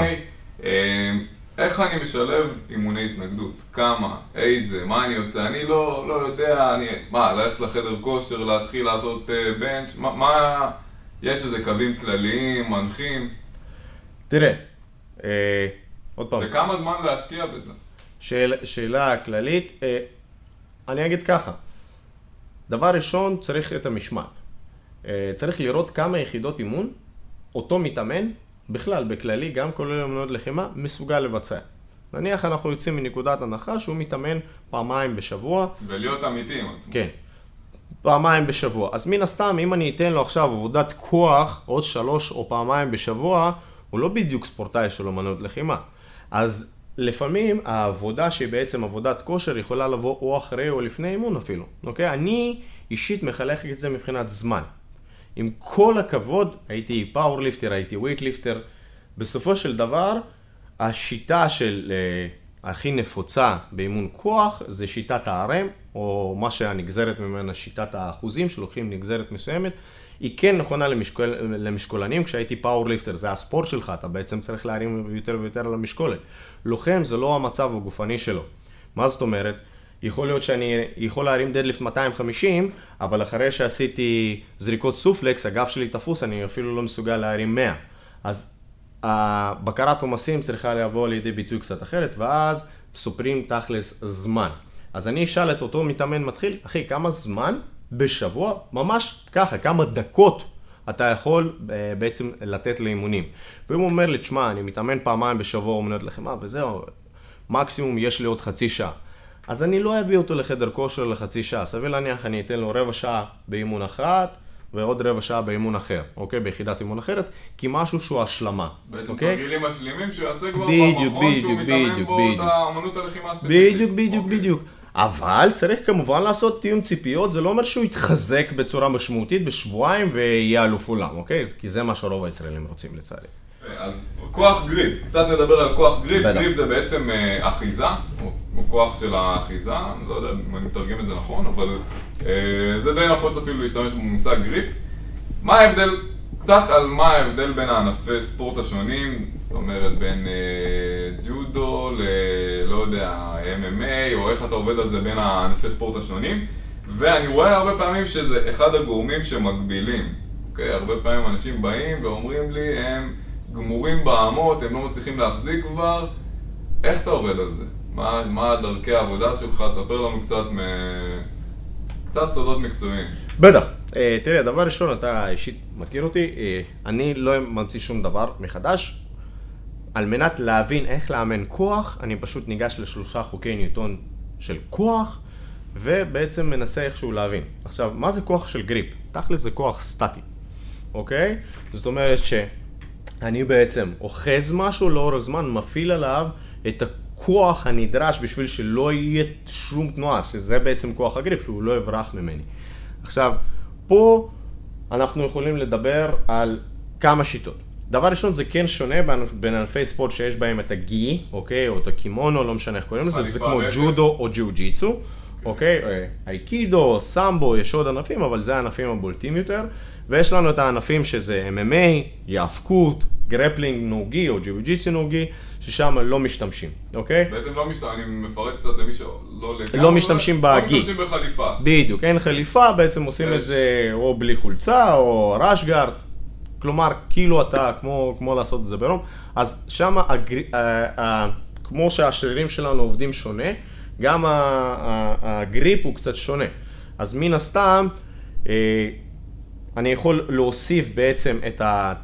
איך אני משלב אימוני התנגדות? כמה? איזה? מה אני עושה? אני לא, לא יודע, אני... מה, ללכת לחדר כושר, להתחיל לעשות uh, בנץ'? מה, מה... יש איזה קווים כלליים, מנחים? תראה, אה, עוד פעם. וכמה זמן להשקיע בזה? שאל, שאלה כללית, אה, אני אגיד ככה. דבר ראשון, צריך את המשמעת. אה, צריך לראות כמה יחידות אימון, אותו מתאמן, בכלל, בכללי, גם כולל אמנות לחימה, מסוגל לבצע. נניח אנחנו יוצאים מנקודת הנחה שהוא מתאמן פעמיים בשבוע. ולהיות אמיתי עם עצמו. כן, פעמיים בשבוע. אז מן הסתם, אם אני אתן לו עכשיו עבודת כוח, עוד שלוש או פעמיים בשבוע, הוא לא בדיוק ספורטאי של אמנות לחימה. אז לפעמים העבודה שהיא בעצם עבודת כושר יכולה לבוא או אחרי או לפני אימון אפילו. אוקיי? אני אישית מחלק את זה מבחינת זמן. עם כל הכבוד, הייתי פאורליפטר, הייתי ווייטליפטר. בסופו של דבר, השיטה של uh, הכי נפוצה באימון כוח, זה שיטת הארם, או מה שהנגזרת ממנה שיטת האחוזים, שלוקחים נגזרת מסוימת. היא כן נכונה למשקול, למשקולנים, כשהייתי פאורליפטר, זה הספורט שלך, אתה בעצם צריך להרים יותר ויותר למשקולת. לוחם זה לא המצב הגופני שלו. מה זאת אומרת? יכול להיות שאני יכול להרים דדליפט מאתיים וחמישים, אבל אחרי שעשיתי זריקות סופלקס, הגב שלי תפוס, אני אפילו לא מסוגל להרים מאה. אז הבקרת עומסים צריכה לבוא לידי ביטוי קצת אחרת, ואז סופרים תכלס זמן. אז אני אשאל את אותו מתאמן מתחיל, אחי, כמה זמן בשבוע? ממש ככה, כמה דקות אתה יכול בעצם לתת לאימונים. ואם הוא אומר לי, תשמע, אני מתאמן פעמיים בשבוע אמנות לחימה, וזהו, מקסימום יש לי עוד חצי שעה. אז אני לא אביא אותו לחדר כושר לחצי שעה. סביר להניח, אני אתן לו רבע שעה באימון אחת, ועוד רבע שעה באימון אחר, אוקיי? ביחידת אימון אחרת, כי משהו שהוא השלמה. בעצם אוקיי? תרגילים משלימים שהוא יעשה כבר בדיוק, במכון בדיוק, שהוא מתאמן בדיוק, בו בדיוק. את האמנות הלחימה הספציפית. בדיוק, בדיוק, אוקיי. בדיוק. אבל צריך כמובן לעשות תיאום ציפיות, זה לא אומר שהוא יתחזק בצורה משמעותית בשבועיים ויהיה אלוף עולם, אוקיי? כי זה מה שרוב הישראלים רוצים לצערי. אז כוח גריפ, קצת נדבר על כוח גריפ. בטח. גריפ זה בעצם אה, אחיזה, או, או כוח של האחיזה, אני לא יודע אם אני מתרגם את זה נכון, אבל אה, זה די נפוץ אפילו להשתמש במושג גריפ. מה ההבדל, קצת על מה ההבדל בין הענפי ספורט השונים, זאת אומרת בין אה, ג'ודו ל... לא יודע, אם אם איי, או איך אתה עובד על זה בין הענפי ספורט השונים, ואני רואה הרבה פעמים שזה אחד הגורמים שמגבילים. אוקיי? הרבה פעמים אנשים באים ואומרים לי, הם גמורים באמות, הם לא מצליחים להחזיק כבר. איך אתה עובד על זה? מה, מה דרכי העבודה שלך? ספר לנו קצת מ... קצת סודות מקצועיים. בטח. אה, תראה, דבר ראשון, אתה אישית מכיר אותי, אה, אני לא ממציא שום דבר מחדש. על מנת להבין איך לאמן כוח, אני פשוט ניגש לשלושה חוקי ניוטון של כוח, ובעצם מנסה איכשהו להבין. עכשיו, מה זה כוח של גריפ? תכל'ס זה כוח סטטי, אוקיי? זאת אומרת שאני בעצם אוחז משהו לאורך זמן, מפעיל עליו את הכוח הנדרש בשביל שלא יהיה שום תנועה, שזה בעצם כוח הגריפ, שהוא לא יברח ממני. עכשיו, פה אנחנו יכולים לדבר על כמה שיטות. דבר ראשון, זה כן שונה בין ענפי ספורט שיש בהם את הגי, אוקיי, או את הקימונו, לא משנה איך קוראים לזה, זה כמו ג'ודו או ג'יו-ג'יצו, אוקיי, אייקידו, סמבו, יש עוד ענפים, אבל זה הענפים הבולטים יותר, ויש לנו את הענפים שזה אם אם איי, יאבקות, גרפלינג נוגי או ג'יו-ג'יצו נוגי, ששם לא משתמשים, אוקיי? בעצם לא משתמשים, אני מפרט קצת למי שלא לגמרי, לא משתמשים בגי. לא משתמשים בחליפה. בדיוק, אין חליפה, בעצם עושים את זה או בלי חולצה או ראשגארד, כלומר, כאילו אתה, כמו, כמו לעשות את זה ברום, אז שם, הגר... כמו שהשרירים שלנו עובדים שונה, גם הגריפ הוא קצת שונה. אז מן הסתם, אני יכול להוסיף בעצם את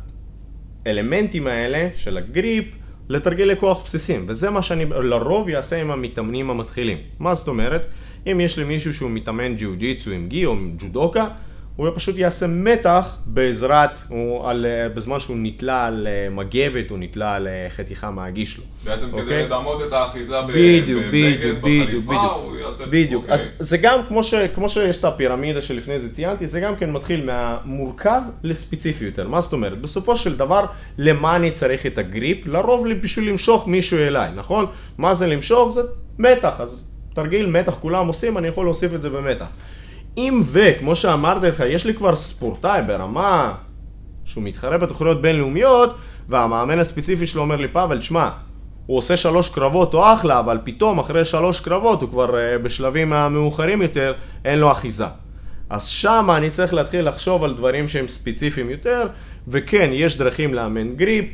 האלמנטים האלה של הגריפ לתרגילי כוח בסיסיים, וזה מה שאני לרוב אעשה עם המתאמנים המתחילים. מה זאת אומרת? אם יש לי מישהו שהוא מתאמן ג'יו-ג'יטסו עם גי או ג'ודוקה, הוא פשוט יעשה מתח בעזרת, או על, בזמן שהוא נתלה על מגבת או נתלה על חתיכה מהגיש שלו. בעצם אוקיי? כדי לדמות את האחיזה בדיוק, בבגד, בדיוק, בחליפה, בדיוק, הוא יעשה... בדיוק. אוקיי. אז זה גם, כמו, ש, כמו שיש את הפירמידה שלפני זה ציינתי, זה גם כן מתחיל מהמורכב לספציפי יותר. מה זאת אומרת? בסופו של דבר, למה אני צריך את הגריפ? לרוב לי בשביל למשוך מישהו אליי, נכון? מה זה למשוך? זה מתח, אז תרגיל מתח כולם עושים, אני יכול להוסיף את זה במתח. אם וכמו שאמרתי לך, יש לי כבר ספורטאי ברמה שהוא מתחרה בתחרויות בינלאומיות, והמאמן הספציפי שלו אומר לי, פאבל, תשמע, הוא עושה שלוש קרבות או אחלה, אבל פתאום אחרי שלוש קרבות הוא כבר uh, בשלבים המאוחרים יותר, אין לו אחיזה. אז שם אני צריך להתחיל לחשוב על דברים שהם ספציפיים יותר, וכן, יש דרכים לאמן גריפ,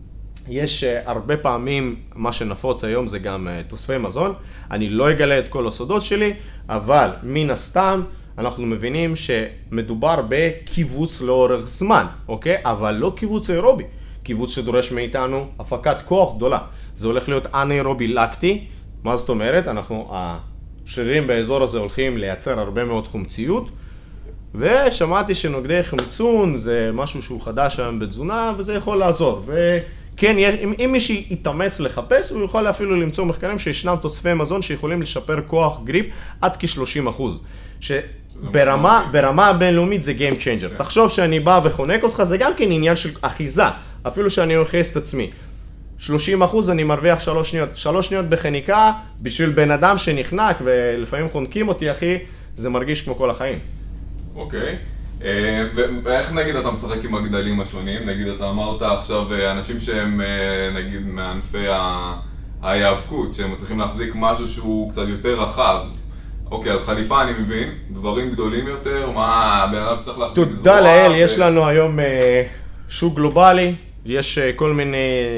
יש uh, הרבה פעמים, מה שנפוץ היום זה גם uh, תוספי מזון, אני לא אגלה את כל הסודות שלי, אבל מן הסתם, אנחנו מבינים שמדובר בקיבוץ לאורך זמן, אוקיי? אבל לא קיבוץ אירובי, קיבוץ שדורש מאיתנו הפקת כוח גדולה. זה הולך להיות אנאירובי לקטי, מה זאת אומרת? אנחנו, השרירים באזור הזה הולכים לייצר הרבה מאוד חומציות, ושמעתי שנוגדי חמצון זה משהו שהוא חדש היום בתזונה, וזה יכול לעזור. וכן, אם, אם מישהו יתאמץ לחפש, הוא יכול אפילו למצוא מחקרים שישנם תוספי מזון שיכולים לשפר כוח גריפ עד כ-שלושים אחוז. שברמה, ברמה הבינלאומית זה Game Changer. תחשוב שאני בא וחונק אותך, זה גם כן עניין של אחיזה, אפילו שאני אוכס את עצמי. שלושים אחוז אני מרוויח שלוש שניות. שלוש שניות בחניקה, בשביל בן אדם שנחנק ולפעמים חונקים אותי, אחי, זה מרגיש כמו כל החיים. אוקיי. ואיך נגיד אתה משחק עם הגדלים השונים? נגיד אתה אמרת עכשיו אנשים שהם נגיד מענפי ההיאבקות, שהם צריכים להחזיק משהו שהוא קצת יותר רחב. אוקיי, אז חליפה אני מבין, דברים גדולים יותר, מה בן אדם שצריך להחזיק זרוע? תודה לאל, יש לנו היום שוק גלובלי, יש כל מיני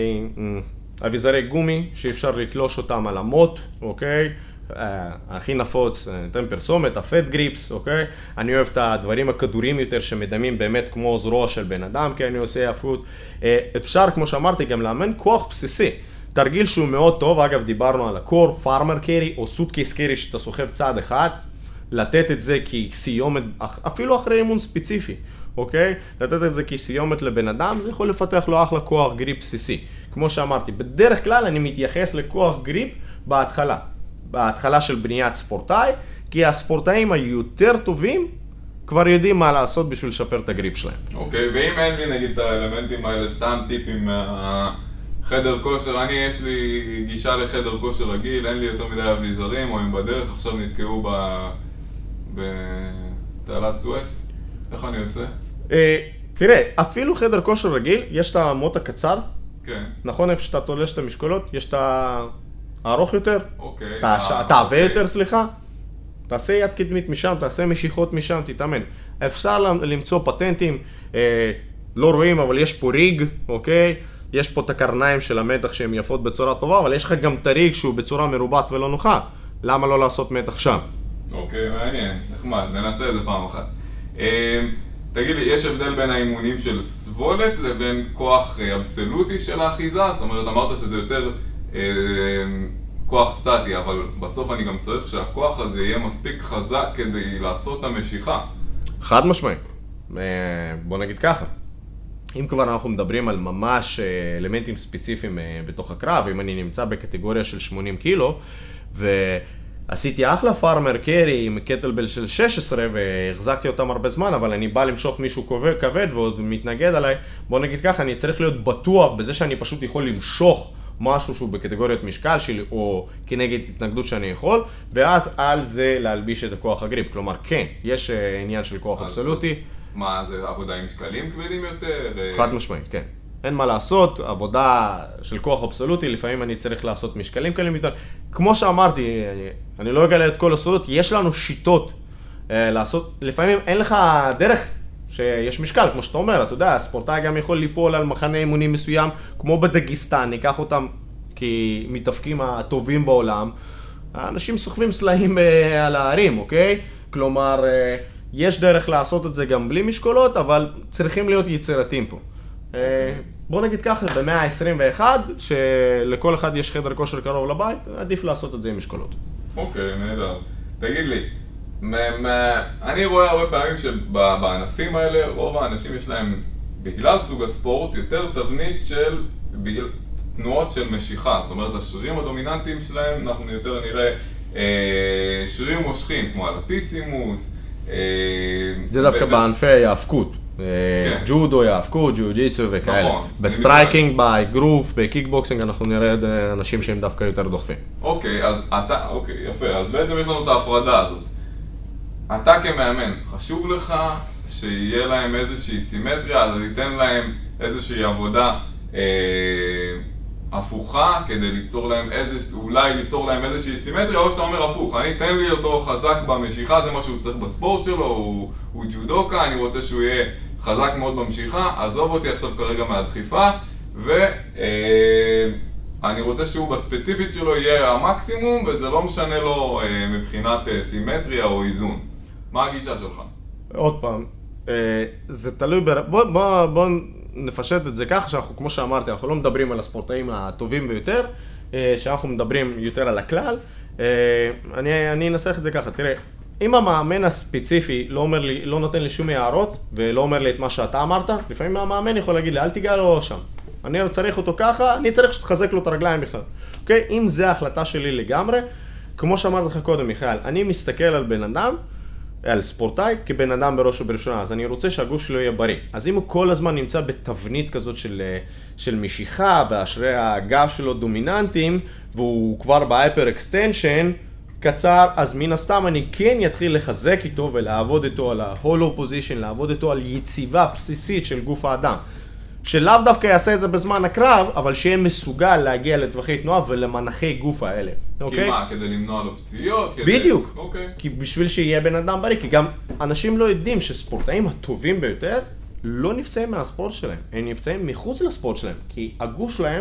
אביזרי גומי שאפשר לתלוש אותם על המוט, אוקיי? הכי נפוץ, ניתן פרסומת, הפט גריפס, אוקיי? אני אוהב את הדברים הכדורים יותר שמדמים באמת כמו זרוע של בן אדם, כי אני עושה הפות. אפשר, כמו שאמרתי, גם לאמן כוח בסיסי. תרגיל שהוא מאוד טוב, אגב דיברנו על הקור, פארמר קרי או סוטקייס קרי שאתה סוחב צעד אחד, לתת את זה כסיומת, אפילו אחרי אימון ספציפי, אוקיי? לתת את זה כסיומת לבן אדם, זה יכול לפתח לו אחלה כוח גריפ בסיסי. כמו שאמרתי, בדרך כלל אני מתייחס לכוח גריפ בהתחלה. בהתחלה של בניית ספורטאי, כי הספורטאים היותר טובים כבר יודעים מה לעשות בשביל לשפר את הגריפ שלהם. אוקיי, ואם אין לי נגיד את האלמנטים האלה, סתם טיפים מהחדר כושר, אני יש לי גישה לחדר כושר רגיל, אין לי יותר מדי אביזרים, או הם בדרך עכשיו נתקעו בתעלת סואץ, איך אני עושה? תראה, אפילו חדר כושר רגיל, יש את המוט הקצר, כן. נכון, איפה שאתה תולש את המשקולות, יש את הארוך יותר, אוקיי. את העבה יותר, סליחה. תעשה יד קדמית משם, תעשה משיכות משם, תתאמן. אפשר למצוא פטנטים, לא רואים, אבל יש פה ריג, אוקיי? יש פה את הקרניים של המתח שהן יפות בצורה טובה, אבל יש לך גם את הריג שהוא בצורה מרובעת ולא נוחה. למה לא לעשות מתח שם? אוקיי, מעניין, נחמד, ננסה את זה פעם אחת. תגיד לי, יש הבדל בין האימונים של סבולת לבין כוח אבסולוטי של האחיזה? זאת אומרת, אמרת שזה יותר כוח סטטי, אבל בסוף אני גם צריך שהכוח הזה יהיה מספיק חזק כדי לעשות את המשיכה. חד משמעי. בוא נגיד ככה. אם כבר אנחנו מדברים על ממש אלמנטים ספציפיים בתוך הקרב, אם אני נמצא בקטגוריה של שמונים קילו, ועשיתי אחלה פארמר קרי עם קטלבל של שש עשרה והחזקתי אותם הרבה זמן, אבל אני בא למשוך מישהו כבד ועוד מתנגד עליי, בוא נגיד ככה, אני צריך להיות בטוח בזה שאני פשוט יכול למשוך משהו שהוא בקטגוריות משקל שלי, או כנגד התנגדות שאני יכול, ואז על זה להלביש את הכוח הגריפ. כלומר, כן, יש עניין של כוח אבסולוטי. מה, זה עבודה עם משקלים כבדים יותר? חד משמעית, כן. אין מה לעשות, עבודה של כוח אבסולוטי, לפעמים אני צריך לעשות משקלים קלים יותר. כמו שאמרתי, אני לא אגלה את כל הסודות, יש לנו שיטות לעשות, לפעמים אין לך דרך שיש משקל, כמו שאתה אומר, אתה יודע, הספורטאי גם יכול ליפול על מחנה אימונים מסוים, כמו בדגיסטן, ניקח אותם כמתאבקים הטובים בעולם, האנשים סוחבים סלעים על ההרים, אוקיי? כלומר, יש דרך לעשות את זה גם בלי משקולות, אבל צריכים להיות יצירתיים פה. Okay. בוא נגיד ככה, במאה ה-עשרים ואחת, שלכל אחד יש חדר כושר קרוב לבית, עדיף לעשות את זה עם משקולות. אוקיי, okay, נהדר. תגיד לי, מה, מה, אני רואה הרבה פעמים שבענפים האלה, רוב האנשים יש להם, בגלל סוג הספורט, יותר תבנית של בגלל, תנועות של משיכה. זאת אומרת, השרירים הדומיננטיים שלהם, אנחנו יותר נראה אה, שרירים מושכים, כמו הלטיסימוס. אה, זה דווקא ו... בענפי ההאבקות. כן. ג'ודו, יאבקות, ג'יו-ג'יטסו וכאלה. נכון. בסטרייקינג, באגרוף, בקיקבוקסינג, אנחנו נראה אנשים שהם דווקא יותר דוחפים. אוקיי, אז אתה, אוקיי, יפה. אז בעצם יש לנו את ההפרדה הזאת. אתה כמאמן, חשוב לך שיהיה להם איזושהי סימטריה, אז ניתן להם איזושהי עבודה אה, הפוכה כדי ליצור להם איזה, אולי ליצור להם איזושהי סימטריה, או שאתה אומר הפוך, אני אתן לי אותו חזק במשיכה, זה מה שהוא צריך בספורט שלו, הוא, הוא ג'ודוקה, אני רוצה שהוא יהיה חזק מאוד במשיכה, עזוב אותי עכשיו כרגע מהדחיפה, ואני רוצה שהוא בספציפית שלו יהיה המקסימום, וזה לא משנה לו אה, מבחינת אה, סימטריה או איזון. מה הגישה שלך? עוד פעם, אה, זה תלוי, בר... בוא, בוא, בוא נפשט את זה ככה, שאנחנו, כמו שאמרתי, אנחנו לא מדברים על הספורטאים הטובים ביותר, אה, שאנחנו מדברים יותר על הכלל. אה, אני, אני אנסח את זה ככה, תראה, אם המאמן הספציפי לא אומר לי, לא נותן לי שום הערות, ולא אומר לי את מה שאתה אמרת, לפעמים המאמן יכול להגיד לי, אל תיגע לו שם. אני צריך אותו ככה, אני צריך שתחזק לו את הרגליים בכלל. אוקיי? אם זה ההחלטה שלי לגמרי, כמו שאמרתי לך קודם, מיכאל, אני מסתכל על בן אדם, על ספורטאי, כבן אדם בראש ובראשונה, אז אני רוצה שהגוף שלו יהיה בריא. אז אם הוא כל הזמן נמצא בתבנית כזאת של, של משיכה, והשרי הגב שלו דומיננטיים, והוא כבר בהייפר אקסטנשן, קצר, אז מן הסתם אני כן יתחיל לחזק איתו ולעבוד איתו על ה-hollow position, לעבוד איתו על יציבה בסיסית של גוף האדם. שלאו דווקא יעשה את זה בזמן הקרב, אבל שיהיה מסוגל להגיע לטווחי תנועה ולמנחי גוף האלה. כי אוקיי? מה? כדי למנוע לו פציעות? כדי... בדיוק. אוקיי. כי בשביל שיהיה בן אדם בריא, כי גם אנשים לא יודעים שספורטאים הטובים ביותר לא נפצעים מהספורט שלהם, הם נפצעים מחוץ לספורט שלהם, כי הגוף שלהם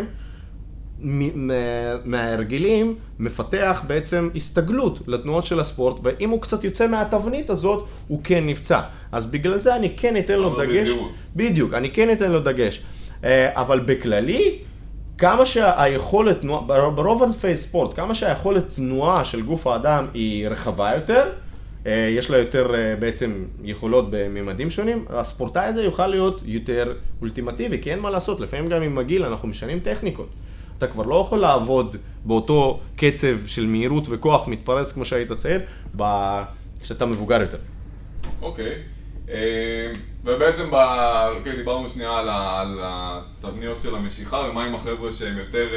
מההרגלים מפתח בעצם הסתגלות לתנועות של הספורט, ואם הוא קצת יוצא מהתבנית הזאת, הוא כן נפצע. אז בגלל זה אני כן אתן לו דגש. בדיוק, אני כן אתן לו דגש. אבל בכללי, כמה שהיכולת תנועה, ברוב ענפי ספורט, כמה שהיכולת תנועה של גוף האדם היא רחבה יותר, יש לה יותר בעצם יכולות בממדים שונים, הספורטאי הזה יוכל להיות יותר אולטימטיבי, כי אין מה לעשות, לפעמים גם עם הגיל אנחנו משנים טכניקות. אתה כבר לא יכול לעבוד באותו קצב של מהירות וכוח מתפרץ כמו שהיית צעיר, כשאתה מבוגר יותר. אוקיי. ובעצם דיברנו שנייה על התבניות של המשיכה, ומה עם החבר'ה שהם יותר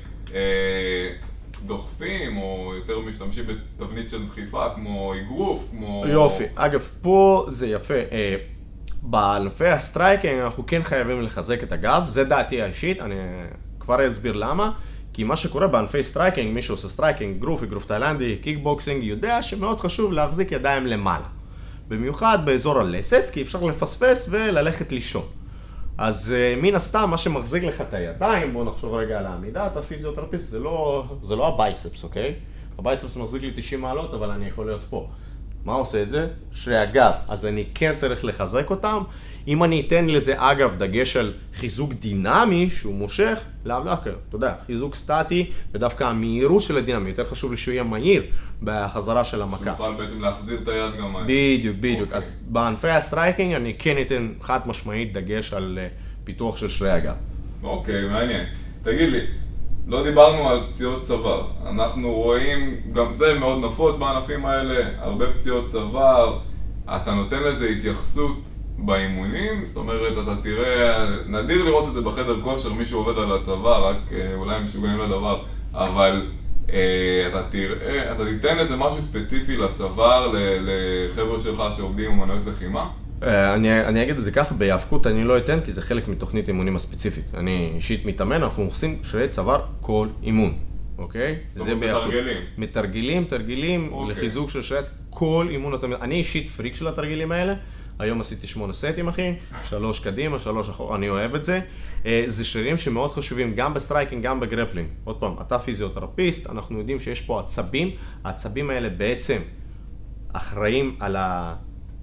דוחפים או יותר משתמשים בתבנית של דחיפה, כמו אגרוף, כמו... יופי. אגב, פה זה יפה. בענפי הסטרייקינג אנחנו כן חייבים לחזק את הגב, זה דעתי האישית, אני... כבר אסביר למה, כי מה שקורה בענפי סטרייקינג, מי שעושה סטרייקינג, גרוף, אגרוף תאילנדי, קיקבוקסינג, יודע שמאוד חשוב להחזיק ידיים למעלה. במיוחד באזור הלסת, כי אפשר לפספס וללכת לישון. אז מן הסתם, מה שמחזיק לך את הידיים, בואו נחשוב רגע על העמידה, אתה פיזיותרפיסט, זה לא, זה לא הבייספס, אוקיי? הבייספס מחזיק לי תשעים מעלות, אבל אני יכול להיות פה. מה עושה את זה? שרי הגב. אז אני כן צריך לחזק אותם. אם אני אתן לזה, אגב, דגש על חיזוק דינמי שהוא מושך, לאו דווקא, אתה יודע, חיזוק סטטי, ודווקא המהירות של הדינמי, יותר חשוב לי שהוא יהיה מהיר בחזרה של המכה. שנוכל בעצם להחזיר את היד גם מהר. בדיוק, בדיוק. אז בענפי הסטרייקינג אני כן אתן חד משמעית דגש על פיתוח של שרי הגב. אוקיי, מעניין. תגיד לי, לא דיברנו על פציעות צוואר. אנחנו רואים, גם זה מאוד נפוץ בענפים האלה, הרבה פציעות צוואר. אתה נותן לזה התייחסות באימונים, זאת אומרת, אתה תראה, נדיר לראות את זה בחדר כושר, מישהו עובד על הצוואר, רק אולי הם משוגעים לדבר, אבל אה, אתה תראה, אתה תיתן לזה משהו ספציפי לצוואר, לחבר'ה שלך שעובדים עם אומנויות לחימה? אני, אני אגיד את זה ככה, בהיאבקות אני לא אתן, כי זה חלק מתוכנית אימונים הספציפית. אני אישית מתאמן, אנחנו עושים שרירי צוואר כל אימון, אוקיי? זאת אומרת, מתרגלים. מתרגלים, תרגילים, אוקיי. לחיזוק של שרירי, כל אימון, אני אישית פריק של התרגילים האלה, היום עשיתי שמונה סטים, אחי, שלוש קדימה, שלוש אחורה, אני אוהב את זה. זה שרירים שמאוד חשובים, גם בסטרייקינג, גם בגרפלינג. עוד פעם, אתה פיזיותרפיסט, אנחנו יודעים שיש פה עצבים, העצבים האלה בעצם אחראים על ה...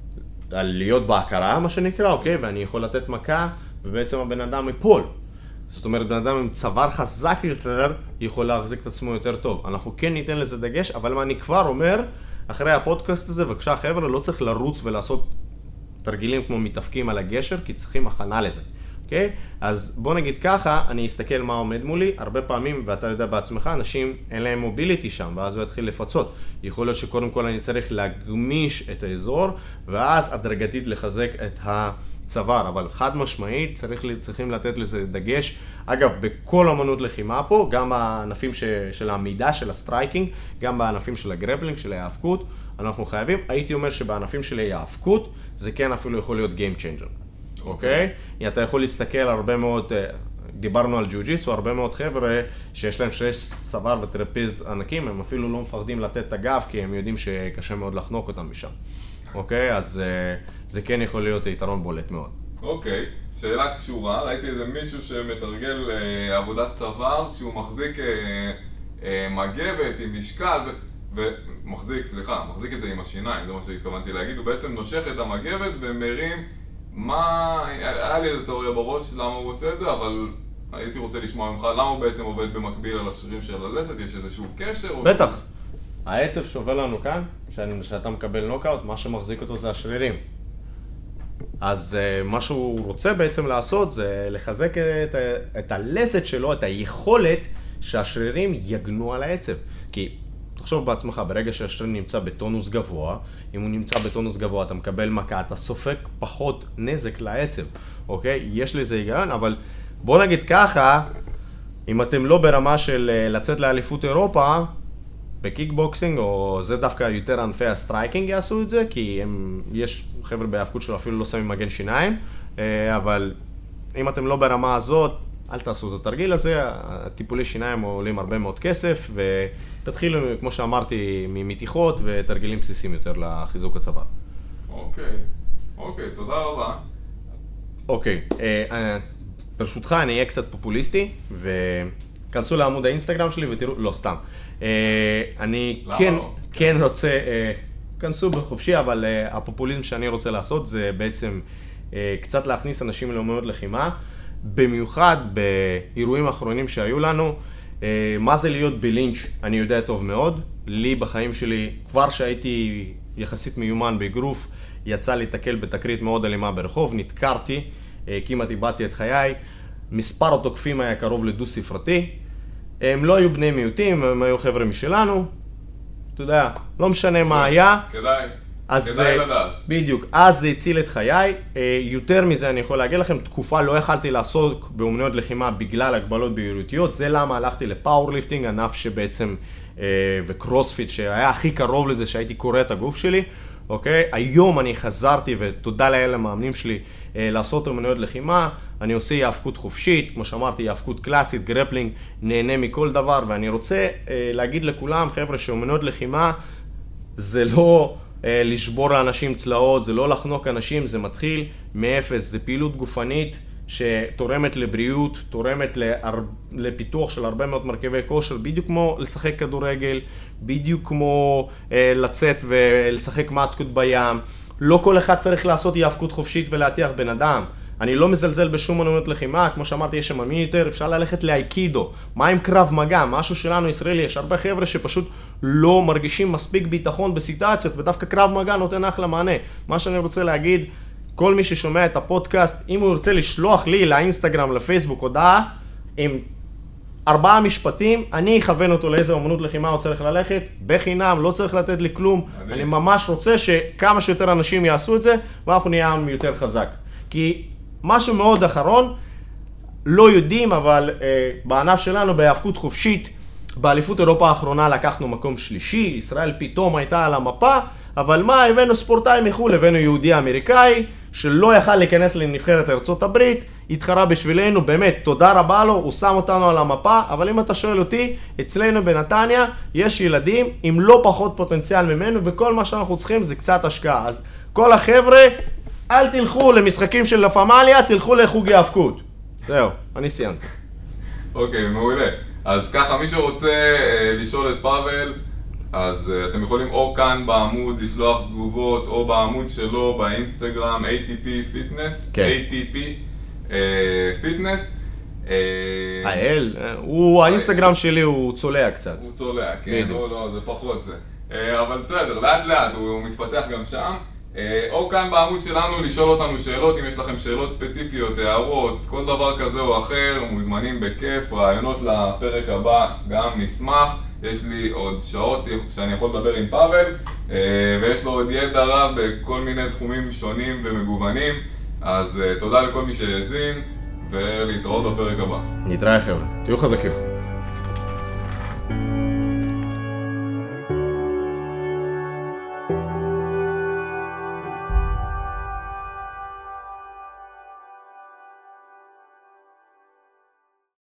על להיות בהכרה, מה שנקרא, אוקיי? ואני יכול לתת מכה, ובעצם הבן אדם יפול. זאת אומרת, בן אדם עם צוואר חזק יותר, יכול להחזיק את עצמו יותר טוב. אנחנו כן ניתן לזה דגש, אבל מה אני כבר אומר, אחרי הפודקאסט הזה, בבקשה חבר'ה, לא צריך לרוץ ולעשות תרגילים כמו מתאפקים על הגשר, כי צריכים הכנה לזה. אוקיי? אז בוא נגיד ככה, אני אסתכל מה עומד מולי, הרבה פעמים, ואתה יודע בעצמך, אנשים אין להם מוביליטי שם, ואז הוא יתחיל לפצות. יכול להיות שקודם כל אני צריך להגמיש את האזור, ואז הדרגתית לחזק את הצוואר, אבל חד משמעית צריך, צריכים לתת לזה דגש. אגב, בכל אמנות לחימה פה, גם בענפים ש, של העמידה, של הסטרייקינג, גם בענפים של הגרפלינג, של ההיאבקות, אנחנו חייבים, הייתי אומר שבענפים של ההיאבקות, זה כן אפילו יכול להיות game changer. אוקיי? Okay. אתה יכול להסתכל הרבה מאוד, דיברנו על ג'יוג'יטסו, הרבה מאוד חבר'ה שיש להם שש צוואר וטרפיז ענקים, הם אפילו לא מפחדים לתת את הגב, כי הם יודעים שקשה מאוד לחנוק אותם משם. אוקיי? Okay? אז זה כן יכול להיות יתרון בולט מאוד. אוקיי, okay. שאלה קשורה, ראיתי איזה מישהו שמתרגל אה, עבודת צוואר, כשהוא מחזיק אה, אה, מגבת עם משקל, ו... ומחזיק, סליחה, מחזיק את זה עם השיניים, זה מה שהתכוונתי להגיד, הוא בעצם נושך את המגבת ומרים. מה, היה לי איזה תיאוריה בראש למה הוא עושה את זה, אבל הייתי רוצה לשמוע ממך, למה הוא בעצם עובד במקביל על השרירים של הלסת, יש איזשהו קשר? בטח. העצב שובל לנו כאן, שאתה מקבל נוקאוט, מה שמחזיק אותו זה השרירים. אז מה שהוא רוצה בעצם לעשות זה לחזק את, את הלסת שלו, את היכולת שהשרירים יגנו על העצב. כי תחשוב בעצמך, ברגע שהשריר נמצא בטונוס גבוה, אם הוא נמצא בטונוס גבוה, אתה מקבל מכה, אתה סופק פחות נזק לעצב, אוקיי? יש לזה היגיון, אבל בוא נגיד ככה, אם אתם לא ברמה של לצאת לאליפות אירופה, בקיקבוקסינג, או זה דווקא יותר ענפי הסטרייקינג יעשו את זה, כי הם, יש חבר'ה בהיאבקות שלו אפילו לא שמים מגן שיניים, אבל אם אתם לא ברמה הזאת, אל תעשו את התרגיל הזה, הטיפולי שיניים עולים הרבה מאוד כסף, ותתחילו, כמו שאמרתי, ממתיחות ותרגילים בסיסיים יותר לחיזוק הצוואר. אוקיי, אוקיי, תודה רבה. אוקיי, ברשותך אני אהיה קצת פופוליסטי, וכנסו לעמוד האינסטגרם שלי ותראו, לא, סתם. אני כן, כן רוצה, כנסו בחופשי, אבל הפופוליזם שאני רוצה לעשות זה בעצם קצת להכניס אנשים לאומנות לחימה, במיוחד באירועים האחרונים שהיו לנו. מה זה להיות בלינץ' אני יודע טוב מאוד. לי בחיים שלי, כבר שהייתי יחסית מיומן באגרוף, יצא להתקל בתקרית מאוד אלימה ברחוב, נתקרתי, כמעט איבדתי את חיי. מספר התוקפים היה קרוב לדו ספרתי. הם לא היו בני מיעוטים, הם היו חבר'ה משלנו. אתה יודע, לא משנה מה היה. כדאי. אז כדאי לדעת. בדיוק, אז זה הציל את חיי. יותר מזה אני יכול להגיד לכם, תקופה לא יכלתי לעסוק באומנויות לחימה בגלל הגבלות בריאותיות. זה למה הלכתי לפאורליפטינג, ענף שבעצם, וקרוספיט שהיה הכי קרוב לזה שהייתי קורא את הגוף שלי. אוקיי? היום אני חזרתי, ותודה לאל למאמנים שלי, לעשות אומנויות לחימה. אני עושה היאבקות חופשית, כמו שאמרתי, היאבקות קלאסית, גרפלינג, נהנה מכל דבר. ואני רוצה להגיד לכולם, חבר'ה, שאומנויות לחימה זה לא לשבור לאנשים צלעות, זה לא לחנוק אנשים, זה מתחיל מאפס, זה פעילות גופנית שתורמת לבריאות, תורמת להר... לפיתוח של הרבה מאוד מרכיבי כושר, בדיוק כמו לשחק כדורגל, בדיוק כמו אה, לצאת ולשחק מתקות בים. לא כל אחד צריך לעשות היאבקות חופשית ולהטיח בן אדם. אני לא מזלזל בשום אומנויות לחימה, כמו שאמרתי, יש שם מי יותר, אפשר ללכת לאייקידו. מה עם קרב מגע? משהו שלנו ישראלי, יש הרבה חבר'ה שפשוט לא מרגישים מספיק ביטחון בסיטואציות, ודווקא קרב מגע נותן אחלה מענה. מה שאני רוצה להגיד, כל מי ששומע את הפודקאסט, אם הוא רוצה לשלוח לי לאינסטגרם, לפייסבוק, הודעה עם ארבעה משפטים, אני אכוון אותו לאיזה אומנות לחימה הוא צריך ללכת, בחינם, לא צריך לתת לי כלום. אני, אני ממש רוצה שכמה שיותר אנשים יעשו את זה, ואנחנו נהיה עם יותר חזק. כי משהו מאוד אחרון, לא יודעים, אבל אה, בענף שלנו, בהיאבקות חופשית, באליפות אירופה האחרונה לקחנו מקום שלישי, ישראל פתאום הייתה על המפה, אבל מה, הבאנו ספורטאי מחול, הבאנו יהודי אמריקאי, שלא יכל להיכנס לנבחרת ארצות הברית, התחרה בשבילנו, באמת, תודה רבה לו, הוא שם אותנו על המפה, אבל אם אתה שואל אותי, אצלנו בנתניה, יש ילדים עם לא פחות פוטנציאל ממנו, וכל מה שאנחנו צריכים זה קצת השקעה. אז כל החבר'ה, אל תלכו למשחקים של לפמליה, תלכו לחוג היאבקות. זהו, אני סיימתי. אוקיי, מעולה. אז ככה, מי שרוצה אה, לשאול את פאבל, אז uh, אתם יכולים או כאן בעמוד לשלוח תגובות, או בעמוד שלו באינסטגרם, איי טי פי Fitness, כן. איי טי פי uh, Fitness. האל, הוא, האינסטגרם שלי הוא צולע קצת. הוא צולע, כן, לא, לא, זה פחות זה. אבל בסדר, לאט לאט הוא מתפתח גם שם. או כאן בעמוד שלנו לשאול אותנו שאלות, אם יש לכם שאלות ספציפיות, הערות, כל דבר כזה או אחר, מוזמנים בכיף, רעיונות לפרק הבא, גם נשמח. יש לי עוד שעות שאני יכול לדבר עם פאבל, ויש לו עוד ידע רב בכל מיני תחומים שונים ומגוונים. אז תודה לכל מי שהאזין, ולהתראות בפרק הבא. נתראה חבר'ה, תהיו חזקים.